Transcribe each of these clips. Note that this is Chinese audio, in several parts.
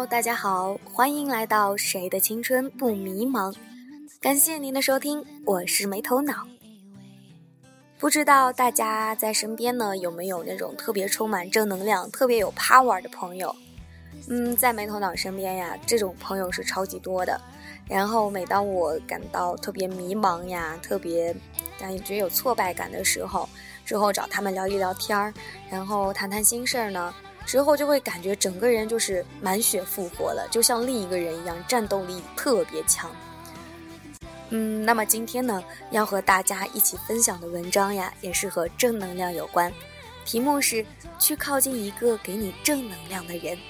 大家好，欢迎来到谁的青春不迷茫，感谢您的收听，我是没头脑。不知道大家在身边呢有没有那种特别充满正能量、特别有 power 的朋友？在没头脑身边呀，这种朋友是超级多的。然后每当我感到特别迷茫呀，特别感觉有挫败感的时候，之后找他们聊一聊天，然后谈谈心事呢，之后就会感觉整个人就是满血复活了，就像另一个人一样，战斗力特别强。那么今天呢，要和大家一起分享的文章呀，也是和正能量有关，题目是去靠近一个给你正能量的人。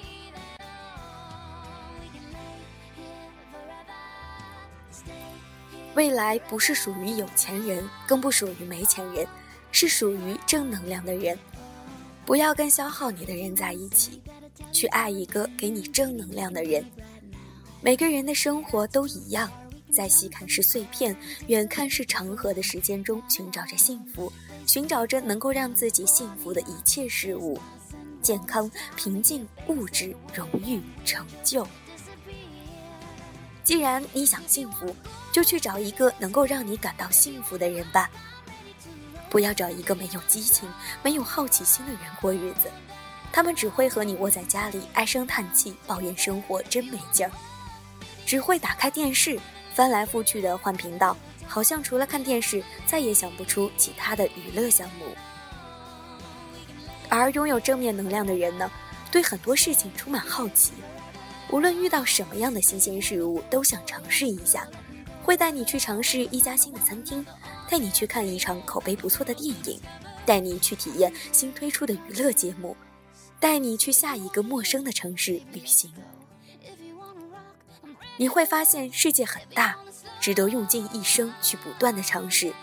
未来不是属于有钱人，更不属于没钱人，是属于正能量的人。不要跟消耗你的人在一起，去爱一个给你正能量的人。每个人的生活都一样，在细看是碎片，远看是长河的时间中寻找着幸福，寻找着能够让自己幸福的一切事物，健康、平静、物质、荣誉、成就。既然你想幸福，就去找一个能够让你感到幸福的人吧。不要找一个没有激情、没有好奇心的人过日子，他们只会和你窝在家里唉声叹气，抱怨生活真没劲儿，只会打开电视翻来覆去的换频道，好像除了看电视再也想不出其他的娱乐项目。而拥有正面能量的人呢，对很多事情充满好奇，无论遇到什么样的新鲜事物都想尝试一下，会带你去尝试一家新的餐厅，带你去看一场口碑不错的电影，带你去体验新推出的娱乐节目，带你去下一个陌生的城市旅行。你会发现世界很大，值得用尽一生去不断的尝试。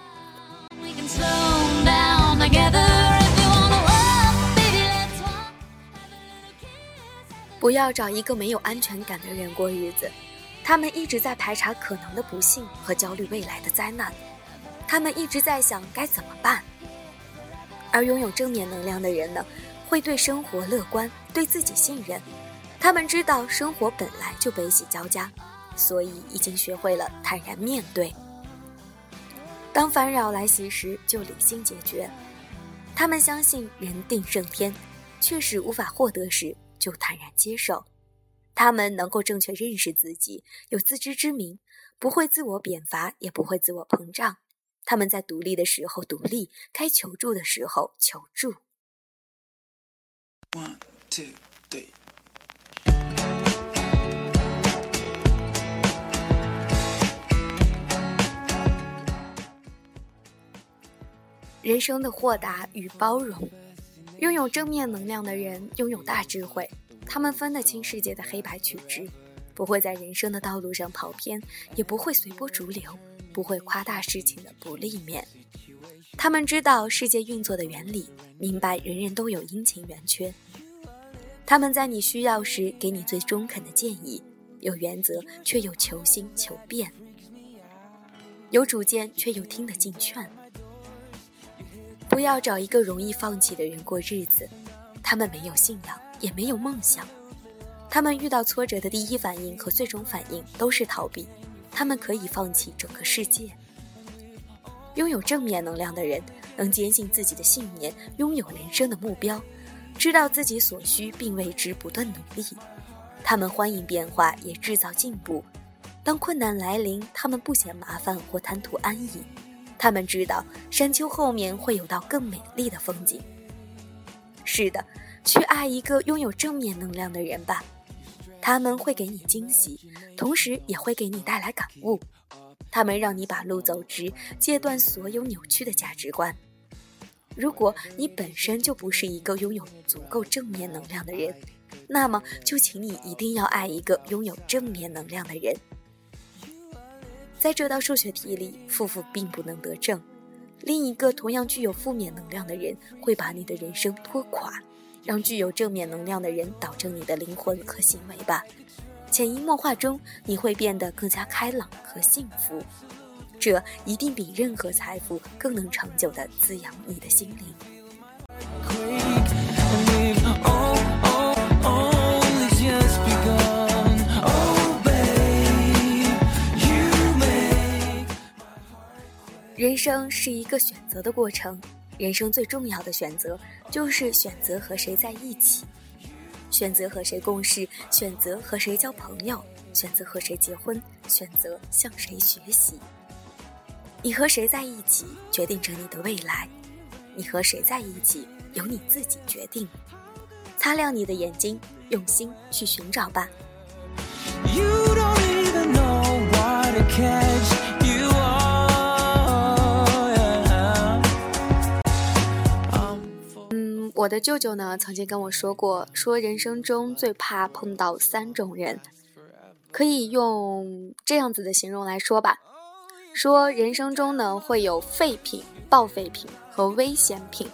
不要找一个没有安全感的人过日子，他们一直在排查可能的不幸和焦虑未来的灾难，他们一直在想该怎么办。而拥有正面能量的人呢，会对生活乐观，对自己信任，他们知道生活本来就悲喜交加，所以已经学会了坦然面对。当烦扰来袭时，就理性解决。他们相信人定胜天，确实无法获得时，就坦然接受。他们能够正确认识自己，有自知之明，不会自我贬罚，也不会自我膨胀。他们在独立的时候独立，该求助的时候求助。1, 2, 3。人生的豁达与包容，拥有正面能量的人拥有大智慧，他们分得清世界的黑白曲直，不会在人生的道路上跑偏，也不会随波逐流，不会夸大事情的不利面。他们知道世界运作的原理，明白人人都有阴晴圆缺。他们在你需要时给你最中肯的建议，有原则却又求新求变，有主见却又听得进劝。不要找一个容易放弃的人过日子，他们没有信仰，也没有梦想。他们遇到挫折的第一反应和最终反应都是逃避，他们可以放弃整个世界。拥有正面能量的人能坚信自己的信念，拥有人生的目标，知道自己所需并为之不断努力。他们欢迎变化，也制造进步。当困难来临，他们不嫌麻烦或贪图安逸，他们知道山丘后面会有道更美丽的风景。是的，去爱一个拥有正面能量的人吧，他们会给你惊喜，同时也会给你带来感悟。他们让你把路走直，戒断所有扭曲的价值观。如果你本身就不是一个拥有足够正面能量的人，那么就请你一定要爱一个拥有正面能量的人。在这道数学题里，负负并不能得正，另一个同样具有负面能量的人会把你的人生拖垮，让具有正面能量的人导正你的灵魂和行为吧。潜移默化中，你会变得更加开朗和幸福，这一定比任何财富更能长久地滋养你的心灵。Only just 人生是一个选择的过程，人生最重要的选择就是选择和谁在一起，选择和谁共事，选择和谁交朋友，选择和谁结婚，选择向谁学习。你和谁在一起决定着你的未来，你和谁在一起由你自己决定。擦亮你的眼睛，用心去寻找吧。我的舅舅呢曾经跟我说过，说人生中最怕碰到3种人，可以用这样子的形容来说吧，说人生中呢会有废品、报废品和危险品。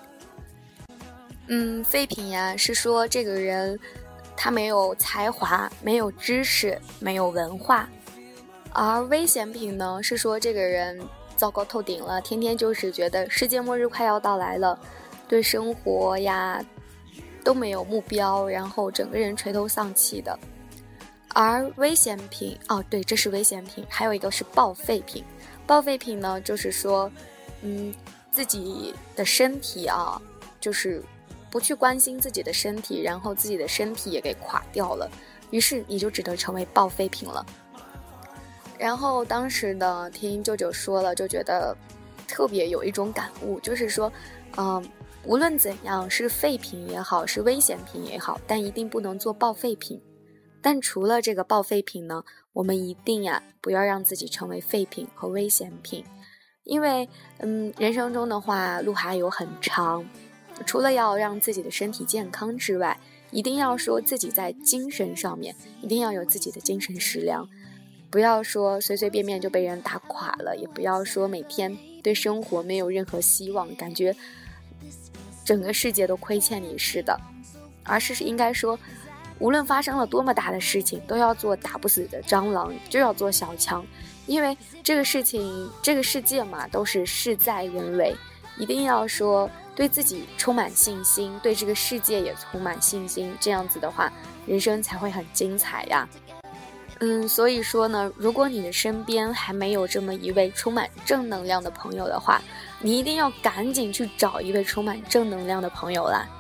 废品呀是说这个人他没有才华，没有知识，没有文化，而危险品呢是说这个人糟糕透顶了，天天就是觉得世界末日快要到来了，对生活呀都没有目标，然后整个人垂头丧气的。而危险品，对，这是危险品。还有一个是报废品。报废品呢就是说自己的身体就是不去关心自己的身体，然后自己的身体也给垮掉了，于是你就只能成为报废品了。然后当时呢听舅舅说了，就觉得特别有一种感悟，就是说无论怎样，是废品也好，是危险品也好，但一定不能做报废品。但除了这个报废品呢，我们一定不要让自己成为废品和危险品。因为人生中的话路还有很长，除了要让自己的身体健康之外，一定要说自己在精神上面一定要有自己的精神食粮，不要说随随便便就被人打垮了，也不要说每天对生活没有任何希望，感觉整个世界都亏欠你似的，而是应该说无论发生了多么大的事情，都要做打不死的蟑螂，就要做小强。因为这个事情这个世界嘛都是事在人为，一定要说对自己充满信心，对这个世界也充满信心，这样子的话人生才会很精彩呀。所以说呢，如果你的身边还没有这么一位充满正能量的朋友的话，你一定要赶紧去找一位充满正能量的朋友啦。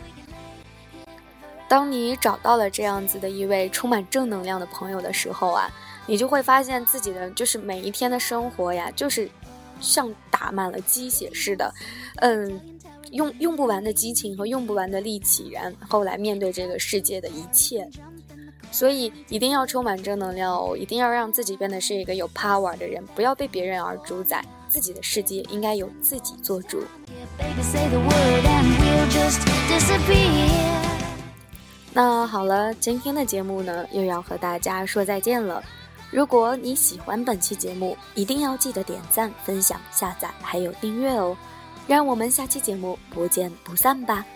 当你找到了这样子的一位充满正能量的朋友的时候你就会发现自己的就是每一天的生活就是像打满了鸡血似的，用不完的激情和用不完的力气，然后来面对这个世界的一切。所以一定要充满正能量一定要让自己变得是一个有 power 的人，不要被别人而主宰，自己的世界应该由自己做主。那好了，今天的节目呢又要和大家说再见了。如果你喜欢本期节目，一定要记得点赞、分享、下载还有订阅哦。让我们下期节目不见不散吧。